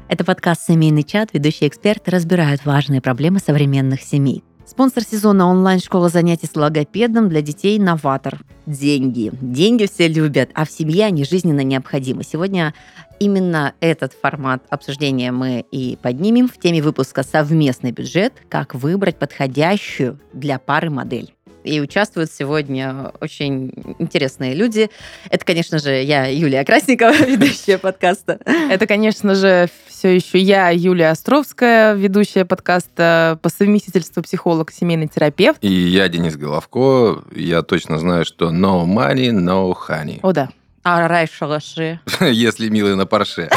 Это подкаст «Семейный чат». Ведущие эксперты разбирают важные проблемы современных семей. Спонсор сезона онлайн-школа занятий с логопедом для детей «Новатор». Деньги. Деньги все любят, а в семье они жизненно необходимы. Сегодня именно этот формат обсуждения мы и поднимем в теме выпуска «Совместный бюджет. Как выбрать подходящую для пары модель». И участвуют сегодня очень интересные люди. Это, конечно же, я, Юлия Красникова, ведущая подкаста. Это, конечно же, все еще я, Юлия Островская, ведущая подкаста, по совместительству психолог, семейный терапевт. И я, Денис Головко. Я точно знаю, что no money, no honey. О, да. А рай в шалаше. Если милый на парше.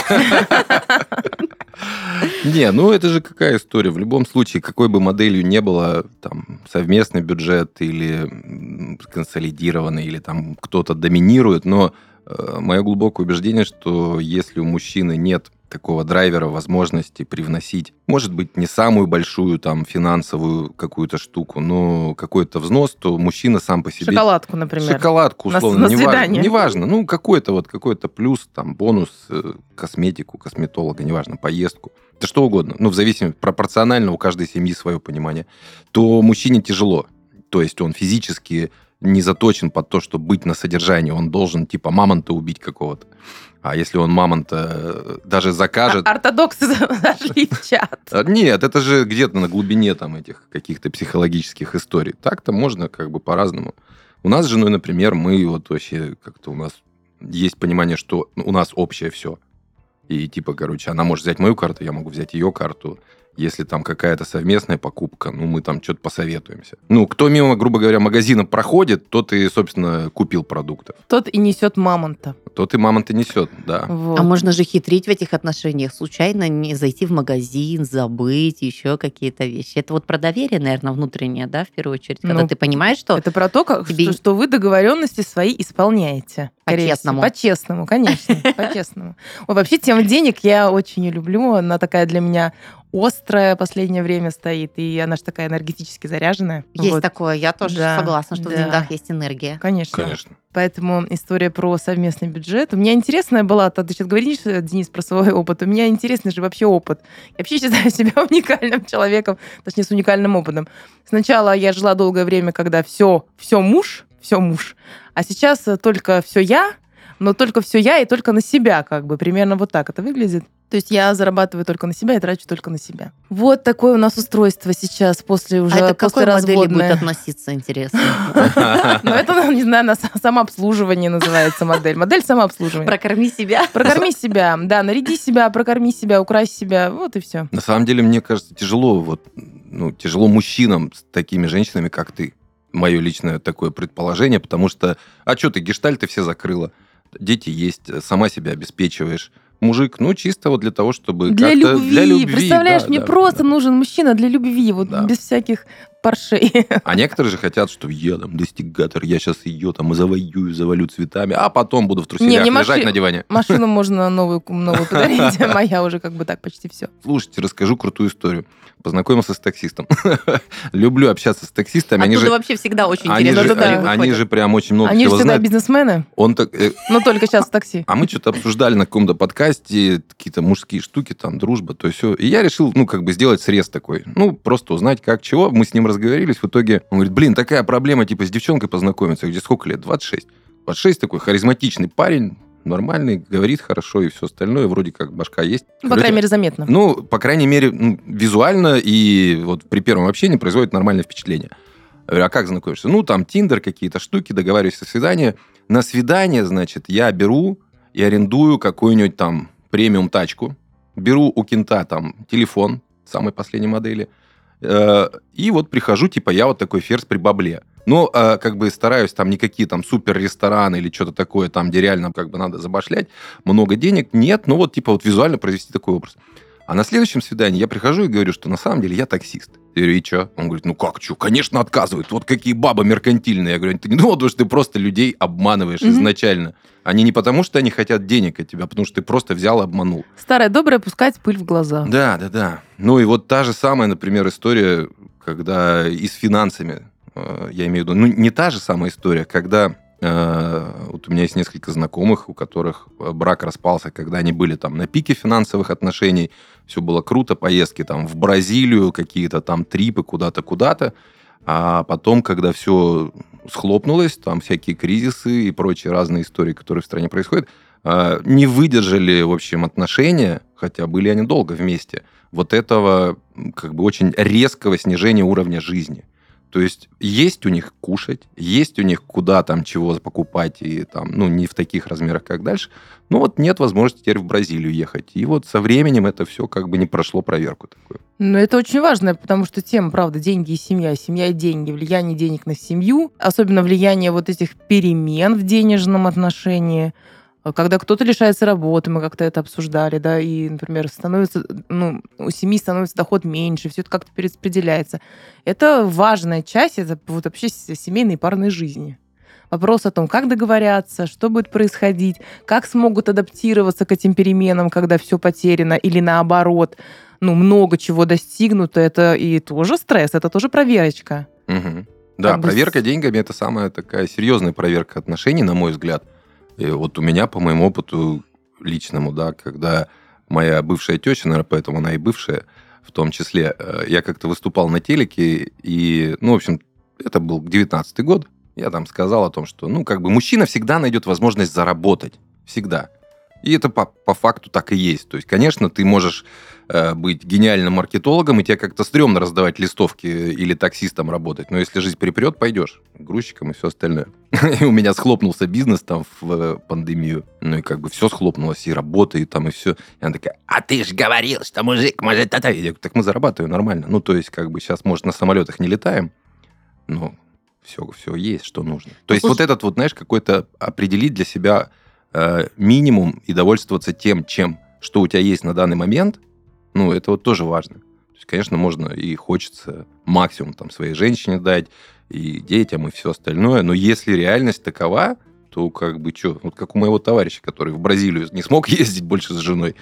Не, ну это же какая история. В любом случае, какой бы моделью не было, там, совместный бюджет или консолидированный, или там кто-то доминирует, но мое глубокое убеждение, что если у мужчины нет такого драйвера, возможности привносить, может быть, не самую большую там финансовую какую-то штуку, но какой-то взнос, то мужчина сам по себе... Шоколадку, например. Шоколадку, условно, на свидание. неважно. Ну, какой-то плюс, там, бонус, косметику, косметолога, неважно, поездку. Да что угодно. Ну, в зависимости, пропорционально у каждой семьи свое понимание. То мужчине тяжело. То есть он физически не заточен под то, чтобы быть на содержании. Он должен, типа, мамонта убить какого-то. А если он мамонта даже закажет... Ортодоксы зашли в чат. Нет, это же где-то на глубине там этих каких-то психологических историй. Так-то можно как бы по-разному. У нас с женой, например, мы вот вообще как-то у нас есть понимание, что у нас общее все. И типа, короче, она может взять мою карту, я могу взять ее карту. Если там какая-то совместная покупка, ну, мы там что-то посоветуемся. Ну, кто мимо, грубо говоря, магазина проходит, тот и, собственно, купил продуктов. Тот и несет мамонта. Тот и мамонта несет, да. Вот. А можно же хитрить в этих отношениях, случайно не зайти в магазин, забыть еще какие-то вещи. Это вот про доверие, наверное, внутреннее, да, в первую очередь, когда ты понимаешь, что... Это про то, что вы договоренности свои исполняете. По-честному. По-честному, конечно, по-честному. Вообще, тема денег я очень люблю. Она такая для меня острая последнее время стоит, и она же такая энергетически заряженная. Есть такое, я тоже согласна, что в деньгах есть энергия. Конечно. Поэтому история про совместный бюджет. У меня интересная была, ты сейчас говоришь, Денис, про свой опыт. У меня интересный же вообще опыт. Я вообще считаю себя уникальным человеком, точнее, с уникальным опытом. Сначала я жила долгое время, когда все муж, а сейчас только все я, но только все я и только на себя, как бы. Примерно вот так это выглядит. То есть я зарабатываю только на себя и трачу только на себя. Вот такое у нас устройство сейчас после уже это к какой модели будет разводное. относиться, интересно? Ну, это, не знаю, самообслуживание называется модель. Модель самообслуживания. Прокорми себя. Прокорми себя, да, наряди себя, прокорми себя, укрась себя, вот и все. На самом деле, мне кажется, тяжело мужчинам с такими женщинами, как ты. Мое личное такое предположение, потому что, что ты, гештальты все закрыла, дети есть, сама себя обеспечиваешь. Мужик, чисто вот для того, чтобы для как-то... любви. Для любви. Представляешь, мне просто нужен мужчина для любви, без всяких паршей. А некоторые же хотят, что я там достигатор, я сейчас ее там завалю цветами, а потом буду в труселях лежать на диване. Машину можно новую подарить, моя уже как бы так почти все. Слушайте, расскажу крутую историю. Познакомился с таксистом. Люблю общаться с таксистами. Оттуда вообще всегда очень интересно. Они же прям очень много всего знают. Они же всегда бизнесмены. Но только сейчас в такси. А мы что-то обсуждали на каком-то подкасте, какие-то мужские штуки, там, дружба, то все. И я решил, сделать срез такой. Просто узнать, как, чего. Мы с ним разговорились. В итоге он говорит, такая проблема, типа, с девчонкой познакомиться. Где сколько лет? 26. 26 такой харизматичный парень, нормальный, говорит хорошо и все остальное, вроде как башка есть. По крайней мере, заметно. По крайней мере, визуально и вот при первом общении производит нормальное впечатление. Я говорю, а как знакомишься? Там Тиндер, какие-то штуки, договариваюсь о свидании. На свидание, значит, я беру и арендую какую-нибудь там премиум-тачку, беру у кента там телефон самой последней модели, и вот прихожу, типа, я вот такой ферзь при бабле. Но стараюсь там никакие там супер рестораны или что-то такое, там, где реально надо забашлять, много денег, нет, визуально произвести такой образ. А на следующем свидании я прихожу и говорю, что на самом деле я таксист. Я говорю, и что? Он говорит, что? Конечно, отказывают. Вот какие бабы меркантильные. Я говорю, ты не думал, что ты просто людей обманываешь изначально. Они не потому, что они хотят денег от тебя, а потому что ты просто взял и обманул. Старая добрая пускать пыль в глаза. Да. И вот та же самая, например, история, когда и с финансами, я имею в виду, не та же самая история, когда Вот у меня есть несколько знакомых, у которых брак распался, когда они были там на пике финансовых отношений, все было круто, поездки там в Бразилию, какие-то там трипы куда-то. А потом, когда все схлопнулось, там всякие кризисы и прочие разные истории, которые в стране происходят, не выдержали, в общем, отношения, хотя были они долго вместе, вот этого как бы очень резкого снижения уровня жизни. То есть у них кушать, есть у них куда там чего покупать, и там, не в таких размерах, как дальше. Но вот нет возможности теперь в Бразилию ехать. И вот со временем это все как бы не прошло проверку такую. Ну, это очень важно, потому что тема, правда, деньги и семья и деньги, влияние денег на семью, особенно влияние вот этих перемен в денежном отношении, когда кто-то лишается работы, мы как-то это обсуждали, да, и, например, у семьи становится доход меньше, все это как-то перераспределяется. Это важная часть, это вот вообще семейной и парной жизни. Вопрос о том, как договорятся, что будет происходить, как смогут адаптироваться к этим переменам, когда все потеряно, или наоборот, много чего достигнуто, это и тоже стресс, это тоже проверочка. Угу. Да, проверка деньгами – это самая такая серьезная проверка отношений, на мой взгляд. И вот у меня, по моему опыту личному, да, когда моя бывшая теща, наверное, поэтому она и бывшая в том числе, я как-то выступал на телеке, и, в общем, это был 19-й год, я там сказал о том, что, мужчина всегда найдет возможность заработать. Всегда. И это по факту так и есть. То есть, конечно, ты можешь быть гениальным маркетологом, и тебе как-то стрёмно раздавать листовки или таксистом работать. Но если жизнь припрет, пойдешь грузчиком и все остальное. И у меня схлопнулся бизнес там в пандемию. И как бы все схлопнулось, и работа, и там, и все. И она такая: а ты же говорил, что мужик может это... Я говорю: так мы зарабатываем нормально. То есть, как бы сейчас, может, на самолетах не летаем, но все есть, что нужно. То есть, вот этот вот, знаешь, какой-то определить для себя минимум и довольствоваться тем, что у тебя есть на данный момент, это вот тоже важно. То есть, конечно, можно и хочется максимум там своей женщине дать, и детям, и все остальное, но если реальность такова, то как бы что? Вот как у моего товарища, который в Бразилию не смог ездить больше с женой,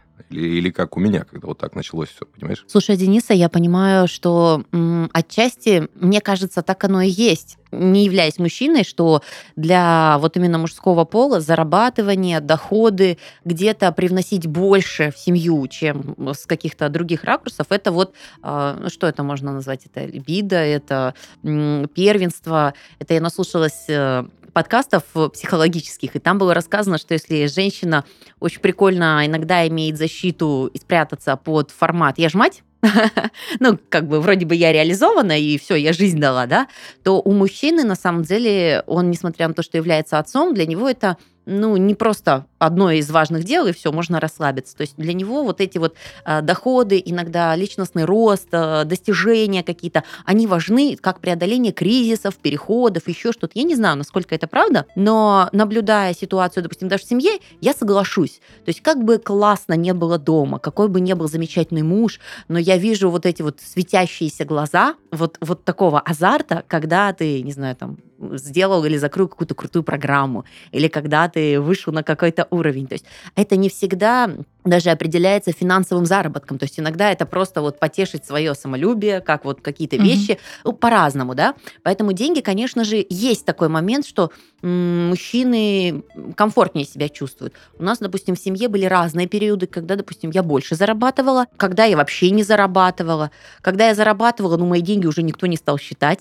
или как у меня, когда вот так началось все, понимаешь? Слушай, Дениса, я понимаю, что отчасти, мне кажется, так оно и есть. Не являясь мужчиной, что для вот именно мужского пола зарабатывание, доходы, где-то привносить больше в семью, чем с каких-то других ракурсов, это вот, что это можно назвать? Это либидо, это первенство. Это я наслушалась подкастов психологических, и там было рассказано, что если женщина очень прикольно иногда имеет защиту и спрятаться под формат «я ж мать», вроде бы я реализована, и все, я жизнь дала, да, то у мужчины, на самом деле, он, несмотря на то, что является отцом, для него это, не просто одно из важных дел, и все, можно расслабиться. То есть для него вот эти вот доходы, иногда личностный рост, достижения какие-то, они важны как преодоление кризисов, переходов, еще что-то. Я не знаю, насколько это правда, но наблюдая ситуацию, допустим, даже в семье, я соглашусь. То есть как бы классно не было дома, какой бы ни был замечательный муж, но я вижу вот эти вот светящиеся глаза, вот такого азарта, когда ты, не знаю, там, сделал или закрыл какую-то крутую программу, или когда ты вышел на какой-то уровень. То есть это не всегда даже определяется финансовым заработком. То есть иногда это просто вот потешить свое самолюбие, как вот какие-то вещи, по-разному, да. Поэтому деньги, конечно же, есть такой момент, что мужчины комфортнее себя чувствуют. У нас, допустим, в семье были разные периоды, когда, допустим, я больше зарабатывала, когда я вообще не зарабатывала. Когда я зарабатывала, мои деньги уже никто не стал считать.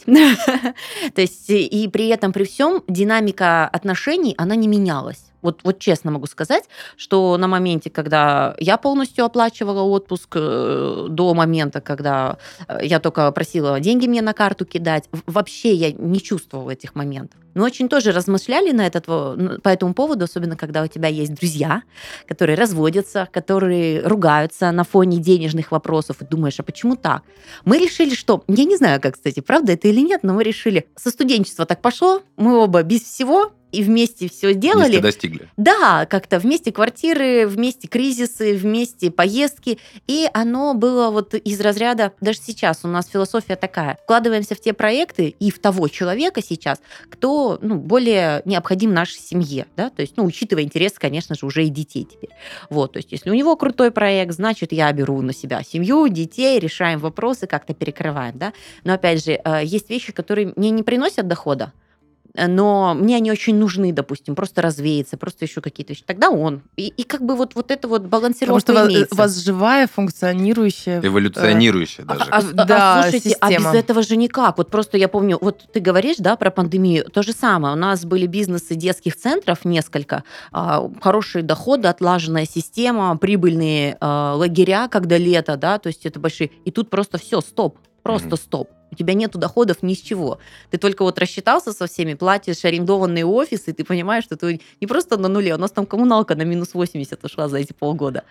То есть и при этом, при всем, динамика отношений, она не менялась. Вот честно могу сказать, что на моменте, когда я полностью оплачивала отпуск, до момента, когда я только просила деньги мне на карту кидать, вообще я не чувствовала этих моментов. Мы очень тоже размышляли по этому поводу, особенно когда у тебя есть друзья, которые разводятся, которые ругаются на фоне денежных вопросов, и думаешь, а почему так? Мы решили, что... Я не знаю, как, кстати, правда это или нет, но мы решили, со студенчества так пошло, мы оба без всего, и вместе все сделали. Вместе достигли. Да, как-то вместе квартиры, вместе кризисы, вместе поездки. И оно было вот из разряда, даже сейчас у нас философия такая. Вкладываемся в те проекты и в того человека сейчас, кто более необходим нашей семье. Да? То есть, учитывая интересы, конечно же, уже и детей теперь. Вот, то есть, если у него крутой проект, значит, я беру на себя семью, детей, решаем вопросы, как-то перекрываем. Да? Но, опять же, есть вещи, которые мне не приносят дохода. но мне они очень нужны, допустим, просто развеяться, просто еще какие-то вещи. Тогда он. И как бы вот это вот балансировка Потому что имеется. у вас живая, функционирующая... Эволюционирующая даже. Да, слушайте, система. без этого же никак. Вот просто я помню, вот ты говоришь, да, про пандемию, то же самое. У нас были бизнесы детских центров несколько, хорошие доходы, отлаженная система, прибыльные лагеря, когда лето, да, то есть это большие. И тут просто все, стоп, просто стоп. У тебя нету доходов ни с чего. Ты только вот рассчитался со всеми, платишь арендованные офисы, и ты понимаешь, что ты не просто на нуле, у нас там коммуналка на минус 80 ушла за эти полгода.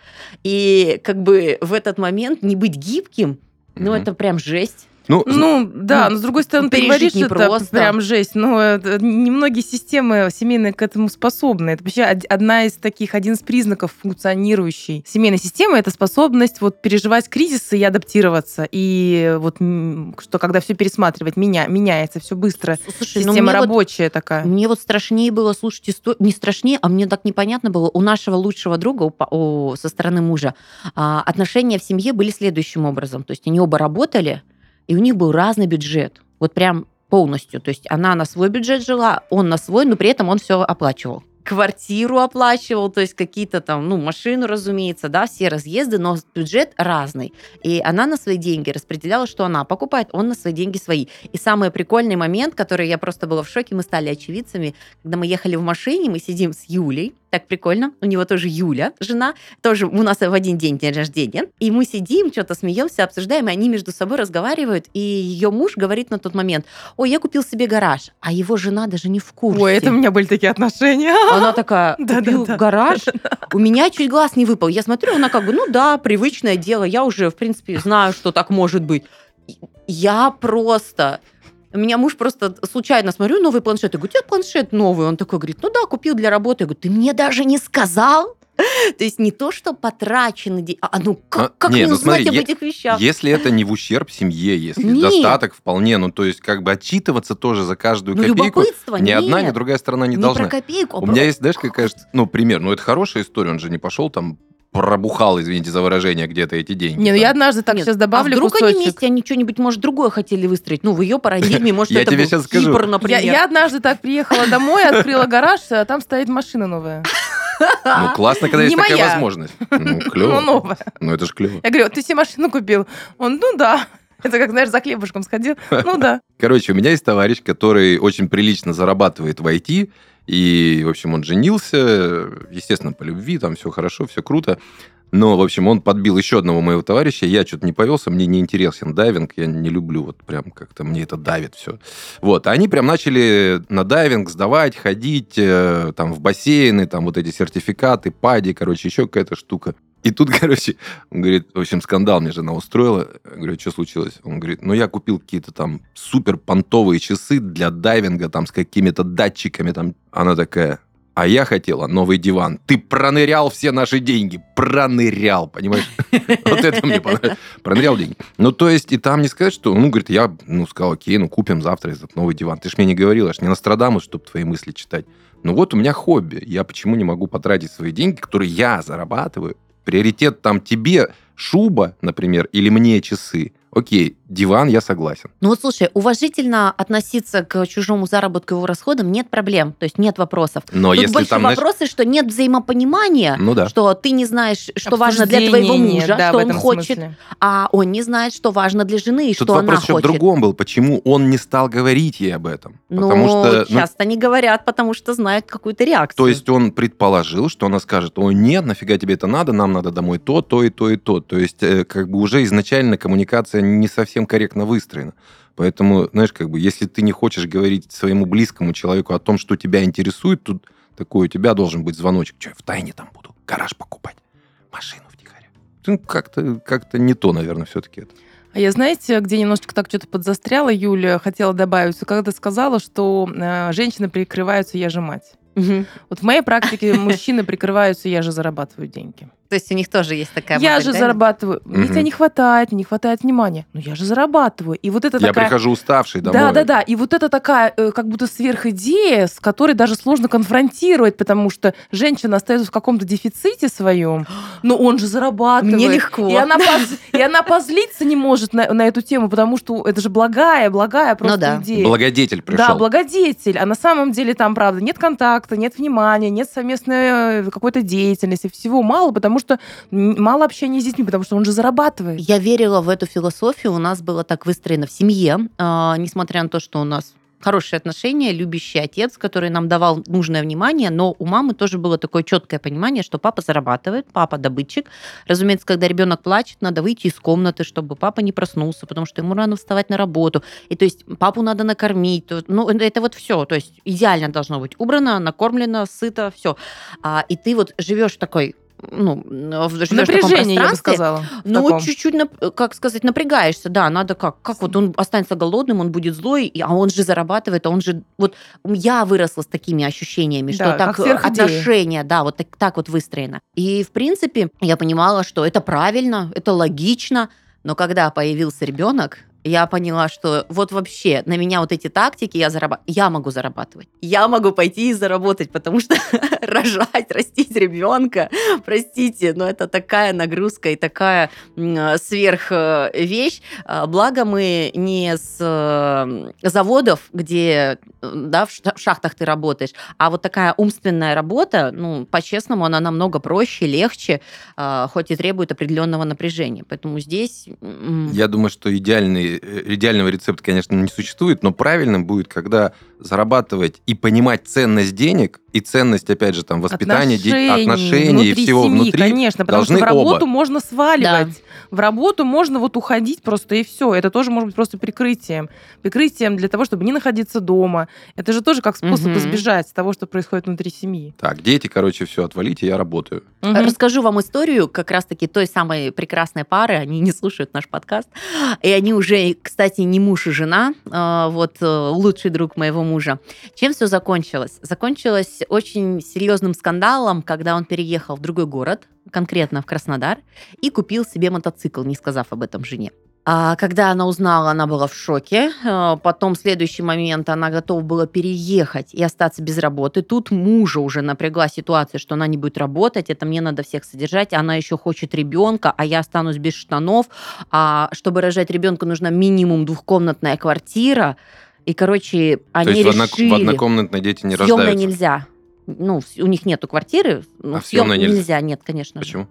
И как бы в этот момент не быть гибким, ну, это прям жесть. Ну, да, но с другой стороны, ты говоришь, это прям жесть. Но немногие системы семейные к этому способны. Это вообще один из признаков функционирующей семейной системы, это способность вот переживать кризисы и адаптироваться. И вот что когда все пересматривать, меняется все быстро. Слушай, система рабочая такая. Мне вот страшнее было слушать историю, не страшнее, а мне так непонятно было. У нашего лучшего друга, со стороны мужа, отношения в семье были следующим образом. То есть они оба работали, и у них был разный бюджет. Вот прям полностью. То есть она на свой бюджет жила, он на свой, но при этом он все оплачивал. Квартиру оплачивал, то есть какие-то там, машину, разумеется, да, все разъезды, но бюджет разный. И она на свои деньги распределяла, что она покупает, он на свои деньги свои. И самый прикольный момент, который я просто была в шоке, мы стали очевидцами, когда мы ехали в машине, мы сидим с Юлей, так прикольно, у него тоже Юля, жена, тоже у нас в один день рождения, и мы сидим, что-то смеемся, обсуждаем, и они между собой разговаривают, и ее муж говорит на тот момент: ой, я купил себе гараж, а его жена даже не в курсе. Ой, это у меня были такие отношения. Она такая: купил гараж, у меня чуть глаз не выпал. Я смотрю, она как бы, привычное дело, я уже, в принципе, знаю, что так может быть. Я просто... У меня муж просто случайно смотрю новый планшет. Я говорю: у тебя планшет новый? Он такой говорит: да, купил для работы. Я говорю: ты мне даже не сказал? То есть не то, что потрачены деньги, как не узнать об этих вещах? Если это не в ущерб семье, если достаток вполне, то есть как бы отчитываться тоже за каждую копейку, ни одна, ни другая сторона не должна. Не про копейку, У меня есть, знаешь, какая, пример, это хорошая история, он же не пошел там пробухал, извините за выражение, где-то эти деньги. Не, я однажды так сейчас добавлю вдруг кусочек. Они вместе, они что-нибудь, может, другое хотели выстроить? В ее парадигме, может, я это тебе был сейчас скажу. Кипр, например. Я однажды так приехала домой, открыла гараж, а там стоит машина новая. Классно, когда есть такая возможность. Клево. Новая. Это же клево. Я говорю: ты себе машину купил? Он: да. Это как, знаешь, за хлебушком сходил. Да. Короче, у меня есть товарищ, который очень прилично зарабатывает в IT, и, в общем, он женился, естественно, по любви, там все хорошо, все круто. Но, в общем, он подбил еще одного моего товарища, я что-то не повелся, мне не интересен дайвинг, я не люблю, прям как-то мне это давит все. Они прям начали на дайвинг сдавать, ходить, там, в бассейны, там, вот эти сертификаты, пади, еще какая-то штука. И тут, он говорит, в общем, скандал мне жена устроила. Я говорю: что случилось? Он говорит: я купил какие-то там супер понтовые часы для дайвинга, там, с какими-то датчиками, там. Она такая: а я хотела новый диван. Ты пронырял все наши деньги. Пронырял, понимаешь? Вот это мне понравилось. Пронырял деньги. То есть, и там не сказать, что... говорит, я сказал: окей, купим завтра этот новый диван. Ты ж мне не говорил, аж не Нострадамус, чтобы твои мысли читать. Вот у меня хобби. Я почему не могу потратить свои деньги, которые я зарабатываю? Приоритет там тебе шуба, например, или мне часы. Окей, диван, я согласен. Слушай, уважительно относиться к чужому заработку и его расходам нет проблем, то есть нет вопросов. Но тут если больше там, вопросы, что нет взаимопонимания, да. Что ты не знаешь, что важно для твоего мужа, да, что он хочет, смысле. А он не знает, что важно для жены и тут что она вопрос еще хочет. в другом был, почему он не стал говорить ей об этом. Потому что, часто не говорят, потому что знают какую-то реакцию. То есть он предположил, что она скажет: ой, нет, нафига тебе это надо, нам надо домой то и то и то. То есть как бы уже изначально коммуникация не совсем корректно выстроена. Поэтому, знаешь, если ты не хочешь говорить своему близкому человеку о том, что тебя интересует, тут такой у тебя должен быть звоночек: что я втайне там буду гараж покупать, машину втихаря. Как-то не то, наверное, все-таки это. А я, знаете, где немножечко так что-то подзастряла, Юля, хотела добавить, когда ты сказала, что женщины прикрываются: я же мать. Угу. Вот в моей практике мужчины прикрываются: я же зарабатываю деньги. То есть у них тоже есть такая Я модель, же да? зарабатываю. Мне тебя не хватает внимания. Но я же зарабатываю. И вот это Я такая... прихожу уставший домой. Да. И вот это такая как будто сверхидея, с которой даже сложно конфронтировать, потому что женщина остается в каком-то дефиците своем, но он же зарабатывает. Мне легко. И она позлиться не может на эту тему, потому что это же благая просто идея. Благодетель пришел. Да, благодетель. А на самом деле там, правда, нет контакта, нет внимания, нет совместной какой-то деятельности. Всего мало, потому что мало общения с детьми, потому что он же зарабатывает. Я верила в эту философию, у нас было так выстроено в семье, несмотря на то, что у нас хорошие отношения, любящий отец, который нам давал нужное внимание, но у мамы тоже было такое четкое понимание, что папа зарабатывает, папа добытчик. Разумеется, когда ребенок плачет, надо выйти из комнаты, чтобы папа не проснулся, потому что ему рано вставать на работу. И то есть папу надо накормить. Ну, это вот все. То есть идеально должно быть убрано, накормлено, сыто, все. И ты вот живешь такой... живешь в таком Напряжение, я бы пространстве, сказала. чуть-чуть, как сказать, напрягаешься, да, надо как вот он останется голодным, он будет злой, а он же зарабатывает, а он же... Вот я выросла с такими ощущениями, что Да, так как сверхидея. отношения, да, вот так вот выстроено. И, в принципе, я понимала, что это правильно, это логично, но когда появился ребенок, я поняла, что вот вообще на меня вот эти тактики я могу зарабатывать. Я могу пойти и заработать, потому что рожать, растить ребенка, простите, но это такая нагрузка и такая сверх вещь. Благо мы не с заводов, где в шахтах ты работаешь, а вот такая умственная работа, по-честному, она намного проще, легче, хоть и требует определенного напряжения. Поэтому здесь... Я думаю, что идеального рецепта, конечно, не существует, но правильным будет, когда зарабатывать и понимать ценность денег и ценность, опять же, там, воспитания, отношений и всего семьи, внутри, конечно, потому что должны в работу оба. можно сваливать. Да. В работу можно вот уходить просто и все. Это тоже может быть просто прикрытием. Прикрытием для того, чтобы не находиться дома. Это же тоже как способ избежать того, что происходит внутри семьи. Так, дети, все, отвалите, я работаю. Расскажу вам историю как раз-таки той самой прекрасной пары. Они не слушают наш подкаст. И они уже, кстати, не муж и жена. Лучший друг моего мужа. Чем все закончилось? Закончилось очень серьезным скандалом, когда он переехал в другой город, конкретно в Краснодар, и купил себе мотоцикл, не сказав об этом жене. А когда она узнала, она была в шоке. Потом, в следующий момент, она готова была переехать и остаться без работы. Тут мужа уже напрягла ситуация, что она не будет работать, это мне надо всех содержать, она еще хочет ребенка, а я останусь без штанов. А чтобы рожать ребенка, нужна минимум 2-комнатная квартира. И, они решили... в однокомнатной дети не рождаются? Съемной нельзя. У них нету квартиры. А съемной нельзя? Нет, конечно. Почему?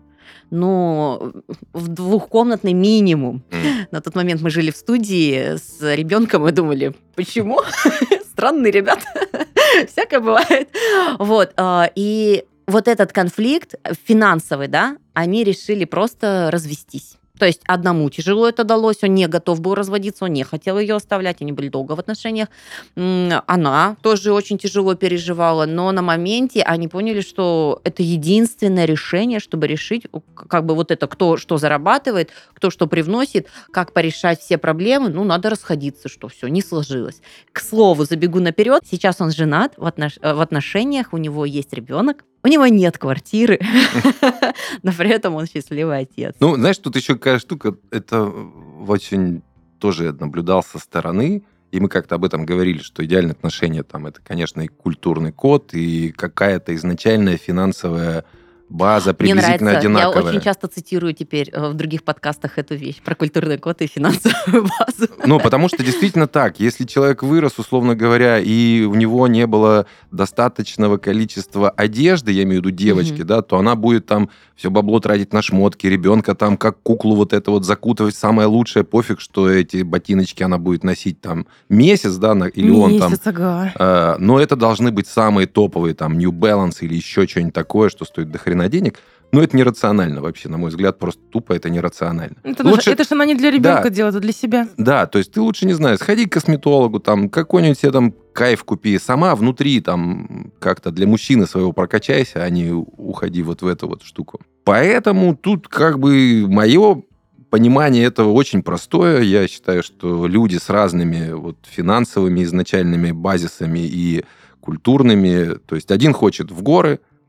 В 2-комнатный минимум. На тот момент мы жили в студии с ребенком и думали, почему? Странные ребята. Всякое бывает. И вот этот конфликт финансовый, да, они решили просто развестись. То есть одному тяжело это далось, он не готов был разводиться, он не хотел ее оставлять, они были долго в отношениях. Она тоже очень тяжело переживала, но на моменте они поняли, что это единственное решение, чтобы решить, кто что зарабатывает, кто что привносит, как порешать все проблемы. Надо расходиться, что все, не сложилось. К слову, забегу наперед, сейчас он женат, в отношениях, у него есть ребенок. У него нет квартиры, но при этом он счастливый отец. Знаешь, тут еще какая штука, это очень тоже я наблюдал со стороны, и мы как-то об этом говорили, что идеальные отношения там это, конечно, и культурный код, и какая-то изначальная финансовая база приблизительно одинаковая. Я очень часто цитирую теперь в других подкастах эту вещь про культурный код и финансовую базу. Потому что действительно так. Если человек вырос, условно говоря, и у него не было достаточного количества одежды, я имею в виду девочки, да, то она будет там все бабло тратить на шмотки, ребенка там как куклу закутывать. Самое лучшее, пофиг, что эти ботиночки она будет носить там месяц, да, или он там. Ага. Но это должны быть самые топовые, там, New Balance или еще что-нибудь такое, что стоит до хрена денег. Но это нерационально вообще, на мой взгляд, просто тупо это нерационально. Это же она не для ребенка делает, а для себя. Да, то есть ты лучше, не знаю, сходи к косметологу, там, какой-нибудь себе там кайф купи, сама внутри там как-то для мужчины своего прокачайся, а не уходи вот в эту вот штуку. Поэтому тут мое понимание этого очень простое. Я считаю, что люди с разными финансовыми изначальными базисами и культурными, то есть один хочет в горы,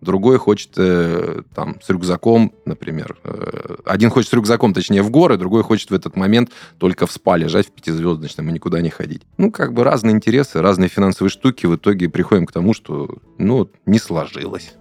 другой хочет там с рюкзаком, например. Один хочет с рюкзаком, точнее, в горы, другой хочет в этот момент только в спа лежать в пятизвездочном и никуда не ходить. Ну, как бы разные интересы, разные финансовые штуки. В итоге приходим к тому, что, ну, не сложилось.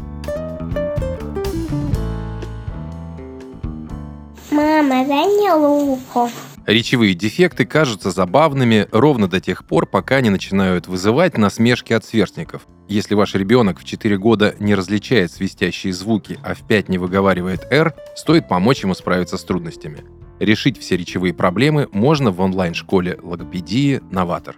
Мама, дай мне луку. Речевые дефекты кажутся забавными ровно до тех пор, пока не начинают вызывать насмешки от сверстников. Если ваш ребенок в 4 года не различает свистящие звуки, а в 5 не выговаривает «р», стоит помочь ему справиться с трудностями. Решить все речевые проблемы можно в онлайн-школе логопедии «Новатор».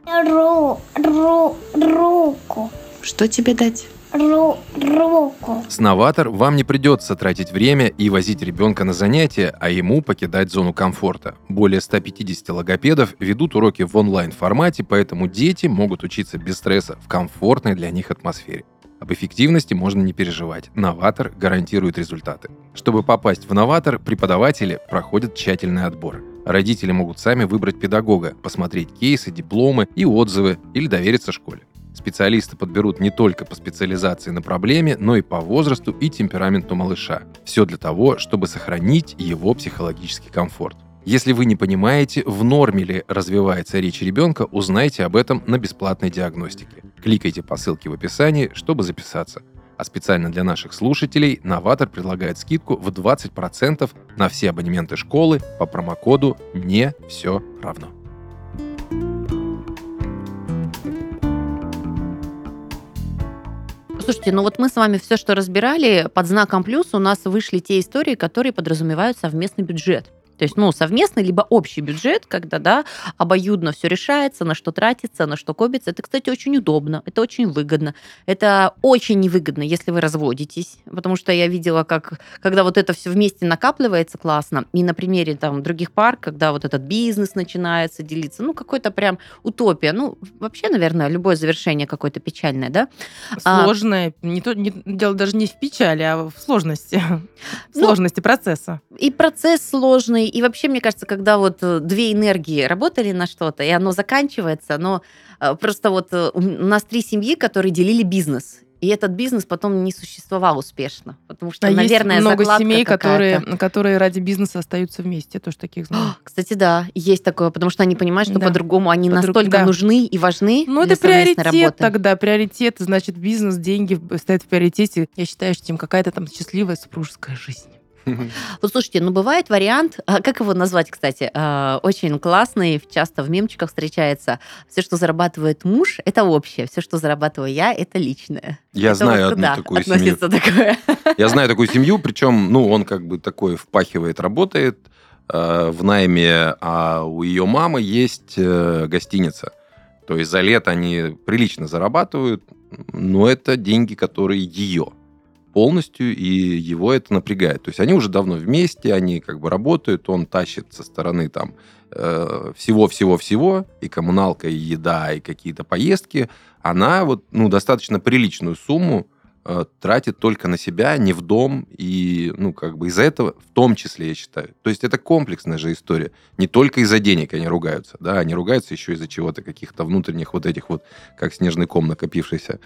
Руку. Что тебе дать? Руку. С «Новатор» вам не придется тратить время и возить ребенка на занятия, а ему покидать зону комфорта. Более 150 логопедов ведут уроки в онлайн-формате, поэтому дети могут учиться без стресса в комфортной для них атмосфере. Об эффективности можно не переживать. «Новатор» гарантирует результаты. Чтобы попасть в «Новатор», преподаватели проходят тщательный отбор. Родители могут сами выбрать педагога, посмотреть кейсы, дипломы и отзывы или довериться школе. Специалисты подберут не только по специализации на проблеме, но и по возрасту и темпераменту малыша. Все для того, чтобы сохранить его психологический комфорт. Если вы не понимаете, в норме ли развивается речь ребенка, узнайте об этом на бесплатной диагностике. Кликайте по ссылке в описании, чтобы записаться. А специально для наших слушателей «Новатор» предлагает скидку в 20% на все абонементы школы по промокоду «Не все равно». Слушайте, ну вот мы с вами все, что разбирали, под знаком плюс у нас вышли те истории, которые подразумевают совместный бюджет. То есть, ну, совместный либо общий бюджет, когда, да, обоюдно все решается, на что тратится, на что копится. Это, кстати, очень удобно, это очень выгодно. Это очень невыгодно, если вы разводитесь, потому что я видела, как, когда вот это все вместе накапливается классно, и на примере там других пар, когда вот этот бизнес начинается делиться, ну, какой-то прям утопия. Ну, вообще, наверное, любое завершение какое-то печальное, да? Сложное. Дело даже не в печали, а в сложности. В сложности процесса. И процесс сложный, и вообще, мне кажется, когда вот две энергии работали на что-то, и оно заканчивается, но просто вот у нас 3 семьи, которые делили бизнес. И этот бизнес потом не существовал успешно. Потому что, наверное, есть много закладка семей, какая-то. которые ради бизнеса остаются вместе. Я тоже таких знаю. Кстати, да, есть такое, потому что они понимают, что Да. по-другому они настолько нужны и важны Ну, для это совместной приоритет работы. тогда. Приоритет, значит, бизнес, деньги стоят в приоритете. Я считаю, что им какая-то там счастливая супружеская жизнь. Вот слушайте, ну бывает вариант, как его назвать, кстати, очень классный, часто в мемчиках встречается. Все, что зарабатывает муж, это общее. Все, что зарабатываю я, это личное. Я Это знаю вот одну куда такую семью. относится такое? Я знаю такую семью, причем, ну, он как бы такой впахивает, работает в найме, а у ее мамы есть гостиница. То есть за лето они прилично зарабатывают, но это деньги, которые ее полностью, и его это напрягает. То есть они уже давно вместе, они как бы работают, он тащит со стороны там всего-всего-всего, и коммуналка, и еда, и какие-то поездки. Она вот, ну, достаточно приличную сумму тратит только на себя, не в дом, и, ну, как бы из-за этого, в том числе, я считаю. То есть это комплексная же история. Не только из-за денег они ругаются, да, они ругаются еще из-за чего-то, каких-то внутренних вот этих вот, как снежный ком накопившийся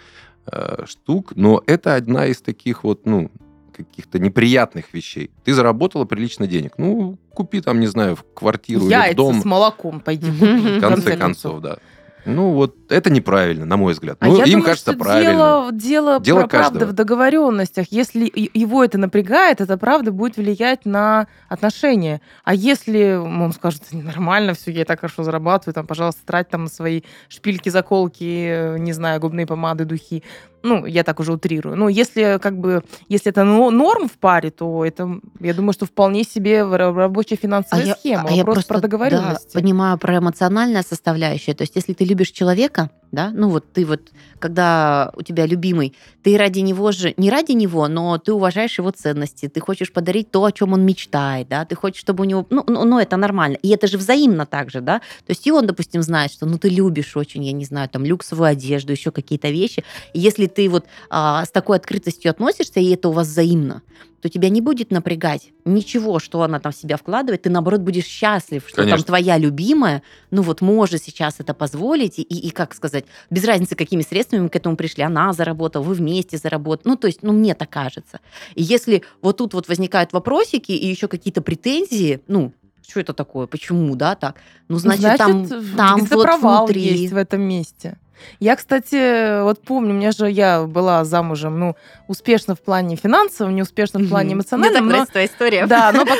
штук, но это одна из таких вот, ну, каких-то неприятных вещей. Ты заработала прилично денег. Ну, купи там, не знаю, в квартиру или в Яйца дом. с молоком пойди купи. В конце концов, да. Ну, вот это неправильно, на мой взгляд. Ну, я им думаю, кажется, что правильно. Дело Дело правда каждого. в договоренностях. Если его это напрягает, это правда будет влиять на отношения. А если он скажет, нормально, все, я и так хорошо зарабатываю, там, пожалуйста, трать там на свои шпильки, заколки, не знаю, губные помады, духи. Ну, я так уже утрирую. Ну, если если это норм в паре, то это, я думаю, что вполне себе рабочая финансовая схема. Я Вопрос просто про договоренности. понимаю про эмоциональная составляющая. То есть, если ты любишь человека, да, ну вот ты вот, когда у тебя любимый, ты ради него же, не ради него, но ты уважаешь его ценности, ты хочешь подарить то, о чем он мечтает, да, ты хочешь, чтобы у него, ну это нормально. И это же взаимно также, да. То есть и он, допустим, знает, что, ну, ты любишь очень, я не знаю, там, люксовую одежду, еще какие-то вещи. И если ты вот с такой открытостью относишься, и это у вас взаимно, то тебя не будет напрягать ничего, что она там в себя вкладывает. Ты, наоборот, будешь счастлив, что Конечно. там твоя любимая, ну вот может сейчас это позволить, и как сказать, сказать, без разницы, какими средствами мы к этому пришли. Она заработала, вы вместе заработали. Ну, то есть, ну, мне так кажется. И если вот тут вот возникают вопросики и еще какие-то претензии, ну, что это такое, почему, да, так? Ну, значит там где-то вот провал внутри... есть в этом месте. Я, кстати, вот помню, я была замужем, ну, успешно в плане финансовом, не успешно в плане эмоциональном. Не так твоя история. Да, но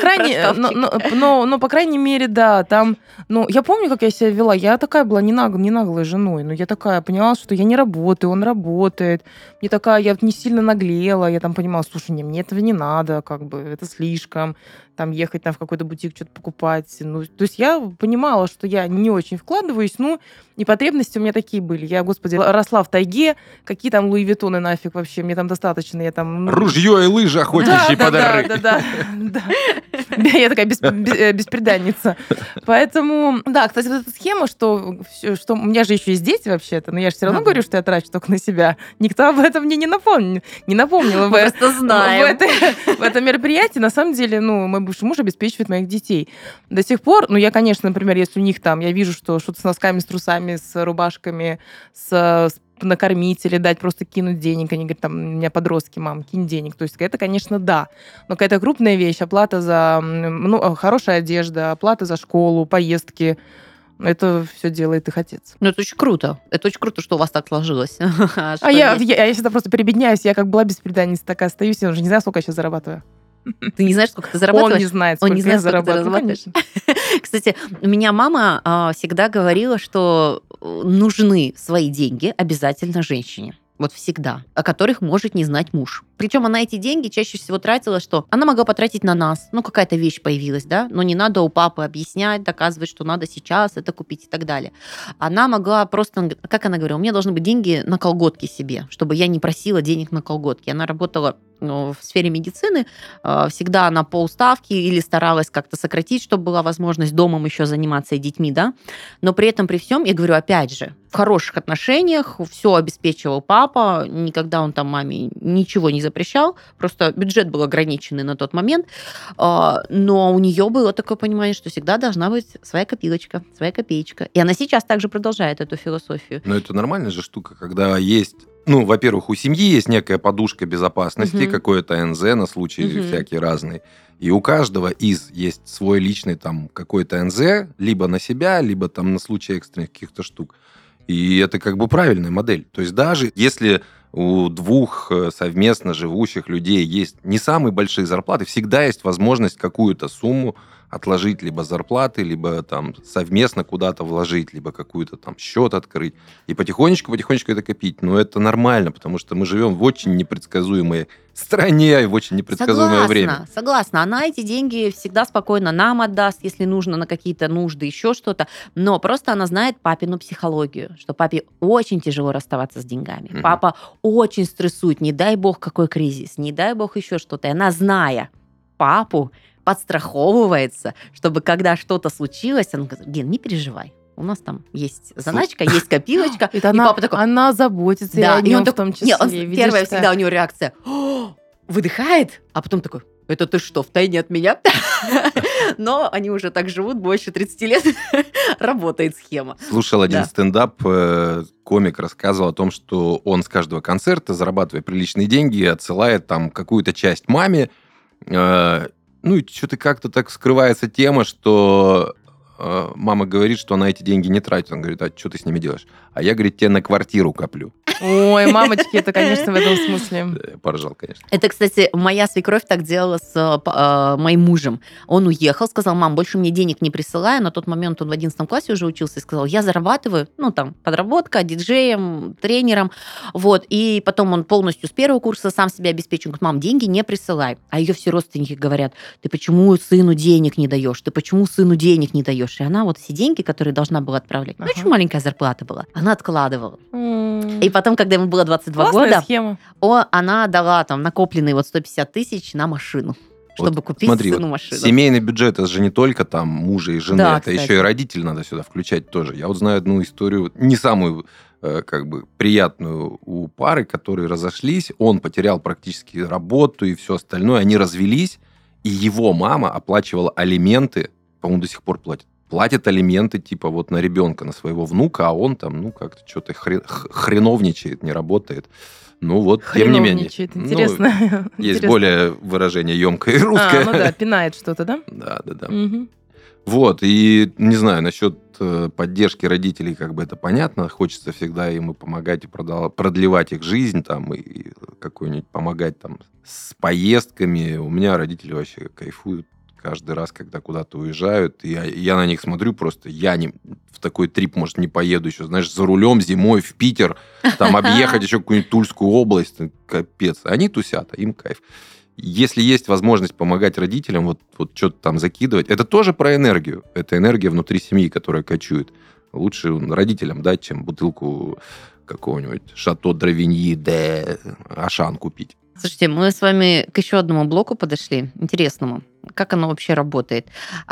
по крайней мере, да, там, ну, я помню, как я себя вела. Я такая была не наглой женой, но я такая поняла, что я не работаю, он работает. Я не сильно наглела, я там понимала, слушай, мне этого не надо, как бы, это слишком, там, ехать там в какой-то бутик что-то покупать. Ну, то есть я понимала, что я не очень вкладываюсь, ну, и потребности у меня такие были. Я, господи, росла в тайге, какие там Луи Виттоны нафиг вообще, мне там достаточно, я там... Ружье и лыжи, охотничьи подарки. Да. Я такая бесприданница. Поэтому, да, кстати, вот эта схема, что у меня же еще есть дети вообще-то, но я же все равно говорю, что я трачу только на себя. Никто об этом мне не напомнил. Мы просто знаем. В этом мероприятии, на самом деле, ну, мой бывший муж обеспечивает моих детей. До сих пор, ну, я, конечно, например, если у них там, я вижу, что что-то с носками, с трусами, с рубашками, накормить или дать, просто кинуть денег. Они говорят, там, у меня подростки, мам, кинь денег. То есть это, конечно, да. Но какая-то крупная вещь, оплата за, ну, хорошая одежда, оплата за школу, поездки, это все делает их отец. Ну, это очень круто. Это очень круто, что у вас так сложилось. Я всегда просто прибедняюсь. Я как была бесприданница, такая остаюсь. Я уже не знаю, сколько я сейчас зарабатываю. Ты не знаешь, сколько ты зарабатываешь? Он не знает, сколько я зарабатываю. Конечно. Кстати, у меня мама всегда говорила, что нужны свои деньги обязательно женщине. Вот всегда. О которых может не знать муж. Причем она эти деньги чаще всего тратила, что она могла потратить на нас. Ну, какая-то вещь появилась, да? Но не надо у папы объяснять, доказывать, что надо сейчас это купить и так далее. Она могла просто... Как она говорила? У меня должны быть деньги на колготки себе, чтобы я не просила денег на колготки. Она работала в сфере медицины. Всегда на полставки или старалась как-то сократить, чтобы была возможность домом еще заниматься и детьми, да? Но при этом, при всем, я говорю, опять же, в хороших отношениях все обеспечивал папа, никогда он там маме ничего не запрещал, просто бюджет был ограниченный на тот момент, но у нее было такое понимание, что всегда должна быть своя копилочка, своя копеечка. И она сейчас также продолжает эту философию. Но это нормальная же штука, когда есть... Ну, во-первых, у семьи есть некая подушка безопасности, какое-то НЗ на случай всякие разные. И у каждого есть свой личный там какой-то НЗ, либо на себя, либо там на случай экстренных каких-то штук. И это как бы правильная модель. То есть даже если у двух совместно живущих людей есть не самые большие зарплаты, всегда есть возможность какую-то сумму отложить либо зарплаты, либо там совместно куда-то вложить, либо какую-то там счет открыть. И потихонечку это копить. Но это нормально, потому что мы живем в очень непредсказуемой стране и в очень непредсказуемое время. Согласна. Она эти деньги всегда спокойно нам отдаст, если нужно на какие-то нужды, еще что-то. Но просто она знает папину психологию, что папе очень тяжело расставаться с деньгами. Папа очень стрессует, не дай бог какой кризис, не дай бог еще что-то. И она, зная папу, подстраховывается, чтобы когда что-то случилось, он говорит, Ген, не переживай. У нас там есть заначка, есть копилочка. И папа такой... Она заботится, да, и он в том числе. Первая всегда у него реакция. Выдыхает, а потом такой, это ты что, втайне от меня? Но они уже так живут, больше 30 лет работает схема. Слушал один стендап, комик рассказывал о том, что он с каждого концерта, зарабатывая приличные деньги, отсылает там какую-то часть маме. Ну, и что-то как-то так скрывается тема, что мама говорит, что она эти деньги не тратит. Он говорит, а что ты с ними делаешь? А я, говорит, тебе на квартиру коплю. Ой, мамочки, это, конечно, в этом смысле. Я поржал, конечно. Это, кстати, моя свекровь так делала с моим мужем. Он уехал, сказал, мам, больше мне денег не присылай. На тот момент он в 11 классе уже учился и сказал, я зарабатываю, ну, там, подработка, диджеем, тренером. Вот. И потом он полностью с первого курса сам себя обеспечил. Говорит, мам, деньги не присылай. А ее все родственники говорят, ты почему сыну денег не даешь? Ты почему сыну денег не даешь? И она вот все деньги, которые должна была отправлять, ну, очень маленькая зарплата была, она откладывала. И потом, когда ему было 22 года, схема. Она дала там накопленные вот 150 тысяч на машину, чтобы вот, купить сыну машину. Семейный бюджет, это же не только там мужа и жены, да, это кстати. Еще и родителей надо сюда включать тоже. Я вот знаю одну историю, не самую как бы приятную у пары, которые разошлись, он потерял практически работу и все остальное, они развелись, и его мама оплачивала алименты, по-моему, до сих пор платит, платит алименты, типа, вот на ребенка, на своего внука, а он там, ну, как-то что-то хреновничает, не работает. Ну, вот, тем не менее. Хреновничает, интересно. Есть Интересно. более выражение емкое и русское. Ну да, пинает что-то, да? Да. Мгм. Вот, и не знаю, насчет поддержки родителей, как бы это понятно, хочется всегда им и помогать, и продлевать их жизнь, там, и какой-нибудь помогать там с поездками. У меня родители вообще кайфуют каждый раз, когда куда-то уезжают, и я на них смотрю просто, я в такой трип, может, не поеду еще, знаешь, за рулем зимой в Питер, там объехать еще какую-нибудь Тульскую область, капец. Они тусят, а им кайф. Если есть возможность помогать родителям, вот что-то там закидывать, это тоже про энергию. Это энергия внутри семьи, которая кочует. Лучше родителям дать, чем бутылку какого-нибудь Шато Дравиньи де Ашан купить. Слушайте, мы с вами к еще одному блоку подошли, интересному. Как оно вообще работает?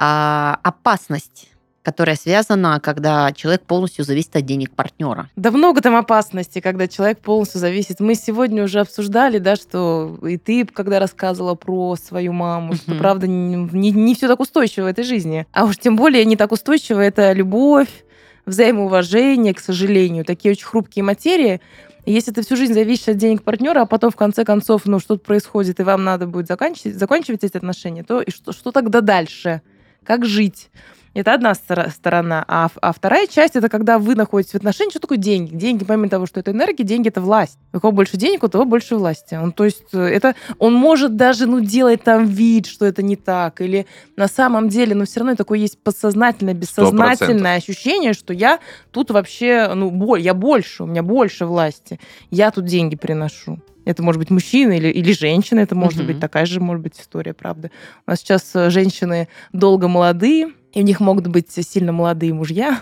Опасность, которая связана, когда человек полностью зависит от денег партнера. Да много там опасностей, когда человек полностью зависит. Мы сегодня уже обсуждали, да, что и ты, когда рассказывала про свою маму, что, правда, не все так устойчиво в этой жизни. А уж тем более не так устойчиво это любовь, взаимоуважение, к сожалению. Такие очень хрупкие материи. И если ты всю жизнь зависишь от денег партнера, а потом, в конце концов, что-то происходит, и вам надо будет заканчивать эти отношения, то и что тогда дальше? Как жить? Это одна сторона. А вторая часть — это когда вы находитесь в отношениях. Что такое деньги? Деньги, помимо того, что это энергия, деньги — это власть. У кого больше денег, у того больше власти. То есть он может даже делать там вид, что это не так. Или на самом деле, но все равно такое есть подсознательное, бессознательное 100%. ощущение, что я тут вообще, я больше, у меня больше власти. Я тут деньги приношу. Это может быть мужчина или женщина, это может быть такая же, может быть, история, правда. У нас сейчас женщины долго молодые, и у них могут быть сильно молодые мужья.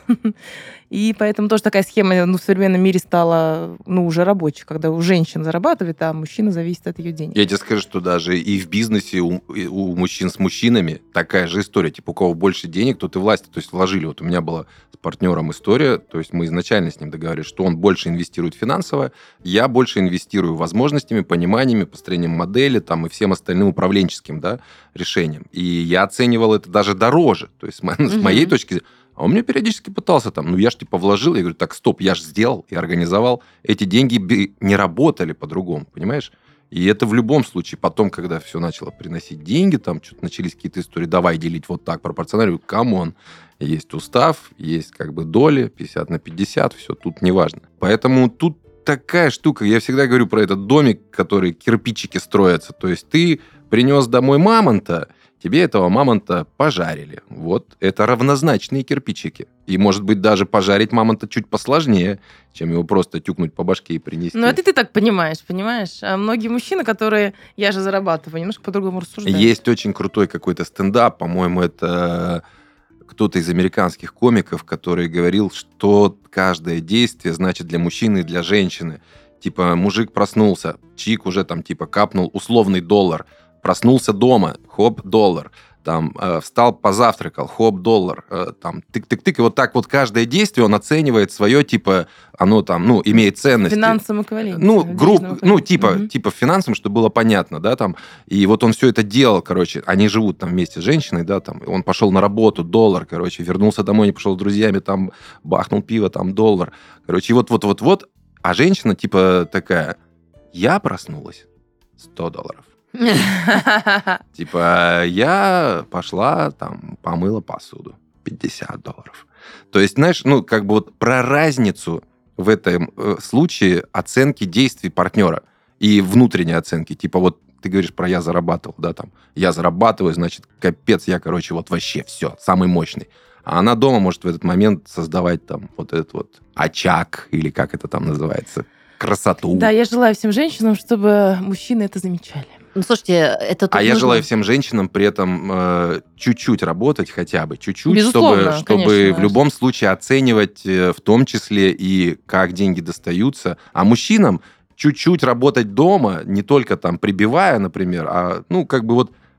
И поэтому тоже такая схема в современном мире стала уже рабочей, когда у женщин зарабатывает, а мужчина зависит от ее денег. Я тебе скажу, что даже и в бизнесе у мужчин с мужчинами такая же история. Типа, у кого больше денег, тот и власти. То есть вложили. Вот у меня была с партнером история, то есть мы изначально с ним договорились, что он больше инвестирует финансово, я больше инвестирую возможностями, пониманиями, построением модели там, и всем остальным управленческим решением. И я оценивал это даже дороже. То есть с моей точки зрения. А он мне периодически пытался там, я ж вложил, я говорю, так, стоп, я ж сделал и организовал. Эти деньги бы не работали по-другому, понимаешь? И это в любом случае. Потом, когда все начало приносить деньги, там что-то начались какие-то истории, давай делить вот так пропорционально. Камон, есть устав, есть доли, 50/50, все, тут неважно. Поэтому тут такая штука, я всегда говорю про этот домик, который кирпичики строятся. То есть ты принес домой мамонта, тебе этого мамонта пожарили. Вот это равнозначные кирпичики. И, может быть, даже пожарить мамонта чуть посложнее, чем его просто тюкнуть по башке и принести. Это ты так понимаешь? А многие мужчины, которые я же зарабатываю, немножко по-другому рассуждают. Есть очень крутой какой-то стендап, по-моему, это кто-то из американских комиков, который говорил, что каждое действие значит для мужчины и для женщины. Типа, мужик проснулся, чик уже капнул условный $1. Проснулся дома, хоп, $1. Там, встал, позавтракал, хоп, $1. Там, тык-тык-тык. И вот так вот каждое действие он оценивает свое, оно там, имеет ценность. Финансовым эквивалентом. Типа финансовым, чтобы было понятно, да, там. И вот он все это делал, они живут там вместе с женщиной, да, там. Он пошел на работу, $1, вернулся домой, не пошел с друзьями, там, бахнул пиво, там, $1. И вот. А женщина, такая, я проснулась, $100. Я пошла, там, помыла посуду. $50. То есть, знаешь, про разницу в этом случае оценки действий партнера и внутренней оценки. Ты говоришь про «я зарабатывал», да, там, я зарабатываю, значит, капец, я, вообще все, самый мощный. А она дома может в этот момент создавать там вот этот вот очаг, или как это там называется, красоту. Да, я желаю всем женщинам, чтобы мужчины это замечали. Слушайте, это я желаю всем женщинам при этом чуть-чуть работать, хотя бы чуть-чуть, безусловно, чтобы в любом случае оценивать в том числе и как деньги достаются. А мужчинам чуть-чуть работать дома, не только там прибивая, например, а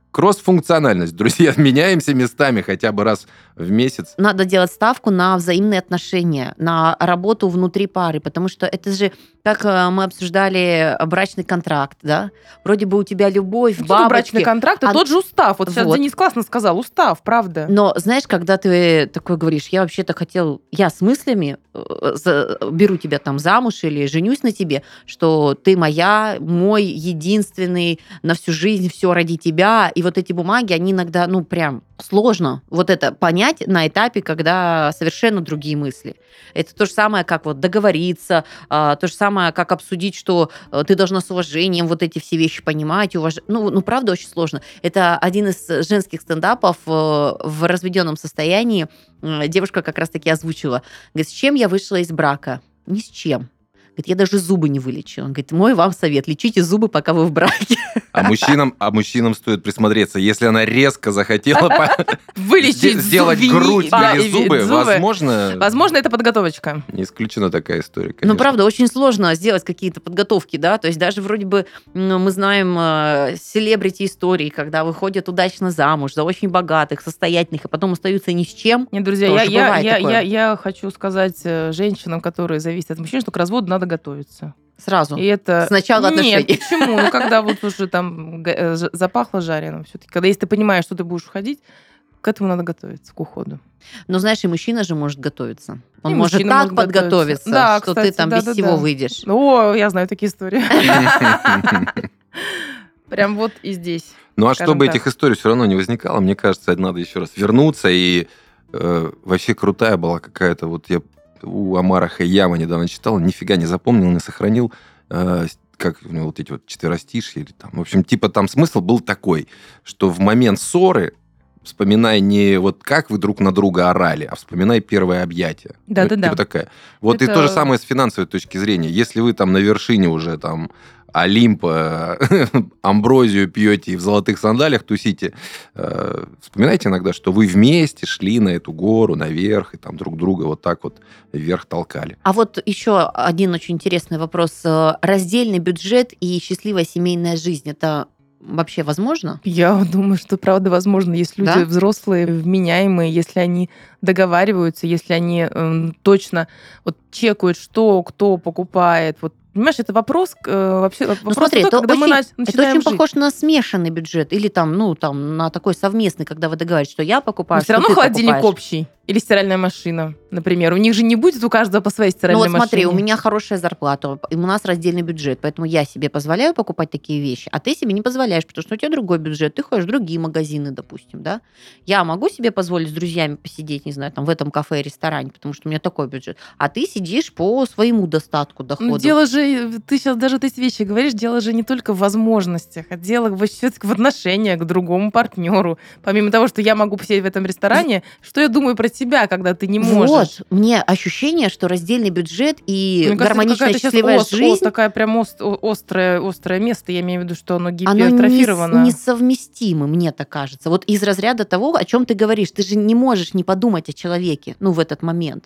Кросс-функциональность. Друзья, меняемся местами хотя бы раз в месяц. Надо делать ставку на взаимные отношения, на работу внутри пары, потому что это же, как мы обсуждали брачный контракт, да? Вроде бы у тебя любовь, Что бабочки. брачный контракт, это тот же устав. Вот сейчас Денис классно сказал, устав, правда. Но знаешь, когда ты такой говоришь, я вообще-то хотел, я с мыслями беру тебя там замуж или женюсь на тебе, что ты мой единственный на всю жизнь, все ради тебя, и вот эти бумаги, они иногда, прям сложно вот это понять на этапе, когда совершенно другие мысли. Это то же самое, как вот договориться, то же самое, как обсудить, что ты должна с уважением вот эти все вещи понимать, уважать. Правда, очень сложно. Это один из женских стендапов в разведенном состоянии. Девушка как раз-таки озвучила. Говорит, с чем я вышла из брака? Ни с чем. Говорит, я даже зубы не вылечу. Он говорит, мой вам совет, лечите зубы, пока вы в браке. А мужчинам стоит присмотреться. Если она резко захотела вылечить сделать грудь или зубы, возможно... Возможно, это подготовочка. Не исключена такая история, конечно. Правда, очень сложно сделать какие-то подготовки, да, то есть даже вроде бы мы знаем селебрити-истории, когда выходят удачно замуж за очень богатых, состоятельных, и потом остаются ни с чем. Нет, друзья, я хочу сказать женщинам, которые зависят от мужчин, что к разводу надо готовиться. Сразу. И это... Сначала отношений. Нет, почему? Когда вот уже там запахло жареным, все-таки, когда если ты понимаешь, что ты будешь уходить, к этому надо готовиться, к уходу. Но знаешь, и мужчина же может готовиться. Он И может так подготовиться, да, что кстати, ты там без всего выйдешь. О, я знаю такие истории. Прям вот и здесь. Ну а чтобы этих историй все равно не возникало, мне кажется, надо еще раз вернуться. И вообще крутая была какая-то вот я у Омара Хайяма недавно читал, нифига не запомнил, не сохранил, как у него вот эти вот четверостишья или там. В общем, типа там смысл был такой, что в момент ссоры вспоминай не вот как вы друг на друга орали, а вспоминай первое объятие. Да-да-да. Типа такая. Вот это... и то же самое с финансовой точки зрения. Если вы там на вершине уже там Олимпа, амброзию пьете и в золотых сандалиях тусите, вспоминайте иногда, что вы вместе шли на эту гору, наверх, и там друг друга вот так вот вверх толкали. А вот еще один очень интересный вопрос. Раздельный бюджет и счастливая семейная жизнь – это вообще возможно? Я думаю, что правда возможно, если люди взрослые, вменяемые, если они договариваются, если они точно вот чекают, что кто покупает, вот. Понимаешь, это вопрос вообще... Смотри, это очень жить. похож на смешанный бюджет или там на такой совместный, когда вы договариваетесь, что я покупаю, все равно холодильник общий. Или стиральная машина, например. У них же не будет у каждого по своей стиральной машине. Смотри, у меня хорошая зарплата, у нас раздельный бюджет, поэтому я себе позволяю покупать такие вещи, а ты себе не позволяешь, потому что у тебя другой бюджет, ты ходишь в другие магазины, допустим, да? Я могу себе позволить с друзьями посидеть, не знаю, там в этом кафе, ресторане, потому что у меня такой бюджет, а ты сидишь по своему достатку, доходу. Дело же, ты сейчас даже эти вещи говоришь, дело же не только в возможностях, а дело все-таки в отношениях к другому партнеру. Помимо того, что я могу посидеть в этом ресторане, что я думаю про тебя, когда ты не можешь. Вот, мне ощущение, что раздельный бюджет и гармоничная счастливая жизнь... Такая прям острое место, я имею в виду, что оно гипертрофировано. Оно несовместимо, мне так кажется. Вот из разряда того, о чем ты говоришь. Ты же не можешь не подумать о человеке, в этот момент.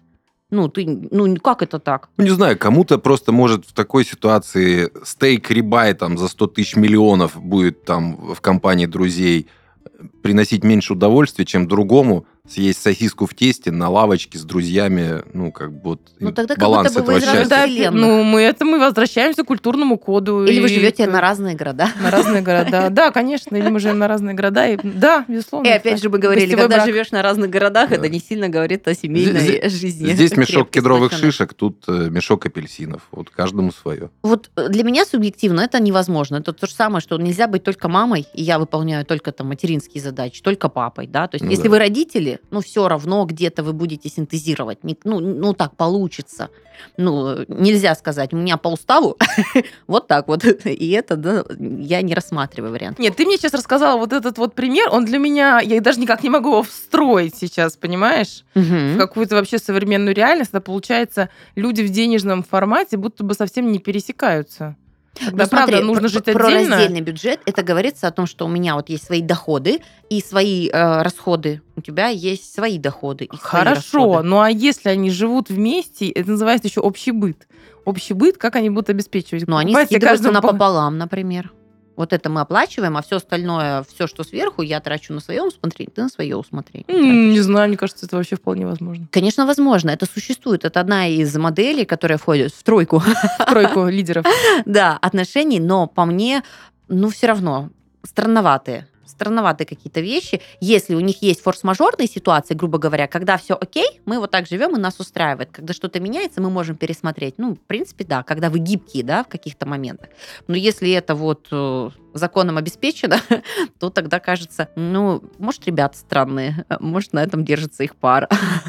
Как это так? Не знаю, кому-то просто может в такой ситуации стейк рибай там за 100 тысяч миллионов будет там в компании друзей приносить меньше удовольствия, чем другому съесть сосиску в тесте на лавочке с друзьями, тогда баланс как будто бы этого из разных счастья. вселенных. Мы возвращаемся к культурному коду. Или вы живете на разные города. На разные города. Да, конечно, или мы живем на разные города. Да, безусловно. И опять же мы говорили, когда живешь на разных городах, это не сильно говорит о семейной жизни. Здесь мешок кедровых шишек, тут мешок апельсинов. Вот каждому свое. Вот для меня субъективно это невозможно. Это то же самое, что нельзя быть только мамой, и я выполняю только там материнские задачи, только папой, да. То есть если вы родители, все равно где-то вы будете синтезировать. Так получится. Нельзя сказать, у меня по уставу вот так вот. И это, я не рассматриваю вариант. Нет, ты мне сейчас рассказала вот этот вот пример, он для меня, я даже никак не могу его встроить сейчас, понимаешь? В какую-то вообще современную реальность. Это получается, люди в денежном формате будто бы совсем не пересекаются. Когда, правда, нужно жить отдельно. Про раздельный бюджет это говорится о том, что у меня вот есть свои доходы и свои расходы. У тебя есть свои доходы и свои расходы. Ну а если они живут вместе, это называется еще общий быт. Общий быт, как они будут обеспечивать? Они скидываются напополам, например. Вот это мы оплачиваем, а все остальное, все, что сверху, я трачу на свое усмотрение, ты на свое усмотрение. Не знаю, мне кажется, это вообще вполне возможно. Конечно, возможно, это существует. Это одна из моделей, которая входит в тройку. В тройку лидеров. Да, отношений, но по мне, все равно странноватые какие-то вещи. Если у них есть форс-мажорные ситуации, грубо говоря, когда все окей, мы вот так живем и нас устраивает. Когда что-то меняется, мы можем пересмотреть. В принципе, да, когда вы гибкие, да, в каких-то моментах. Но если это вот законом обеспечено, то тогда кажется, может, ребята странные, может, на этом держится их пара.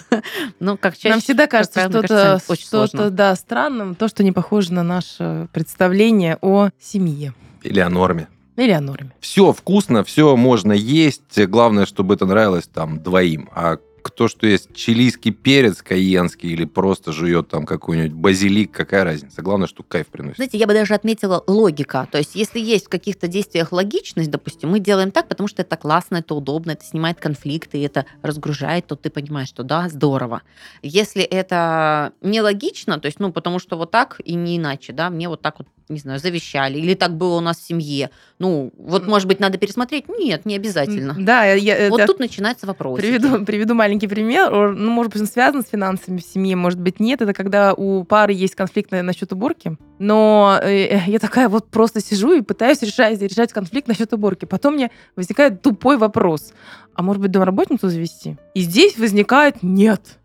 Как чаще... Нам всегда кажется, что-то, да, странным, то, что не похоже на наше представление о семье. Или о норме. Или о норме. Все вкусно, все можно есть. Главное, чтобы это нравилось там двоим. А кто что есть чилийский перец кайенский или просто жует там какой-нибудь базилик, какая разница? Главное, что кайф приносит. Знаете, я бы даже отметила логика. То есть, если есть в каких-то действиях логичность, допустим, мы делаем так, потому что это классно, это удобно, это снимает конфликты, это разгружает, то ты понимаешь, что да, здорово. Если это нелогично, то есть, потому что вот так и не иначе, да, мне вот так вот, не знаю, завещали, или так было у нас в семье. Может быть, надо пересмотреть? Нет, не обязательно. Да, тут начинается вопрос. Приведу маленький пример. Может быть, он связан с финансами в семье, может быть, нет. Это когда у пары есть конфликт насчет уборки, но я такая вот просто сижу и пытаюсь решать конфликт насчет уборки. Потом мне возникает тупой вопрос. А может быть, домработницу завести? И здесь возникает нет.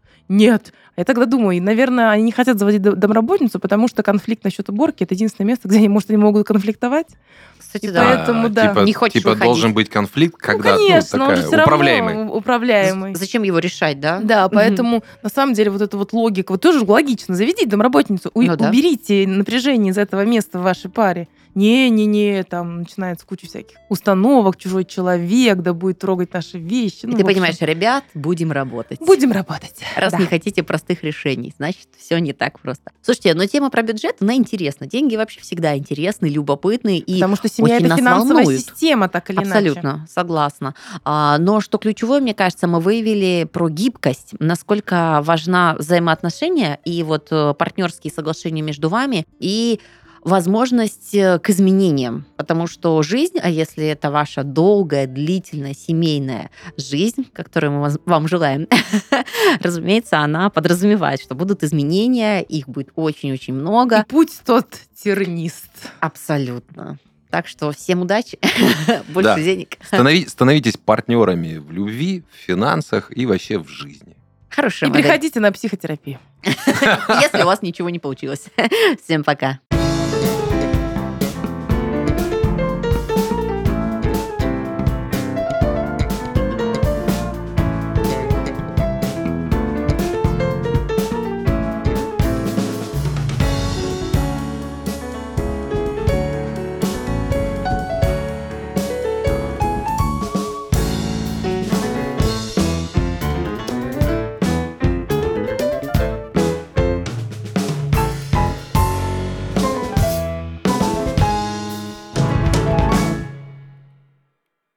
Я тогда думаю, наверное, они не хотят заводить домработницу, потому что конфликт насчет уборки — это единственное место, где они могут конфликтовать. Кстати, и да. Поэтому, да. Не хочешь выходить. Должен быть конфликт, когда конечно, он же все управляемый. Управляемый. Зачем его решать, да? Да, поэтому на самом деле вот эта вот логика, вот тоже логично, заведите домработницу, уберите напряжение из этого места в вашей паре. Не, там начинается куча всяких установок, чужой человек, да будет трогать наши вещи. И ты понимаешь, ребят, будем работать. Будем работать. Раз не хотите простых решений, значит, все не так просто. Слушайте, но тема про бюджет, она интересна. Деньги вообще всегда интересны, любопытны и потому что семья — это финансовая система, так или иначе. Абсолютно, согласна. Но что ключевое, мне кажется, мы выявили про гибкость, насколько важна взаимоотношения и вот партнерские соглашения между вами, и возможность к изменениям, потому что жизнь, а если это ваша долгая, длительная, семейная жизнь, которую мы вам желаем, разумеется, она подразумевает, что будут изменения, их будет очень-очень много. И путь тот тернист. Абсолютно. Так что всем удачи, больше денег. Становитесь партнерами в любви, в финансах и вообще в жизни. Хорошая модель. И приходите на психотерапию. Если у вас ничего не получилось. Всем пока.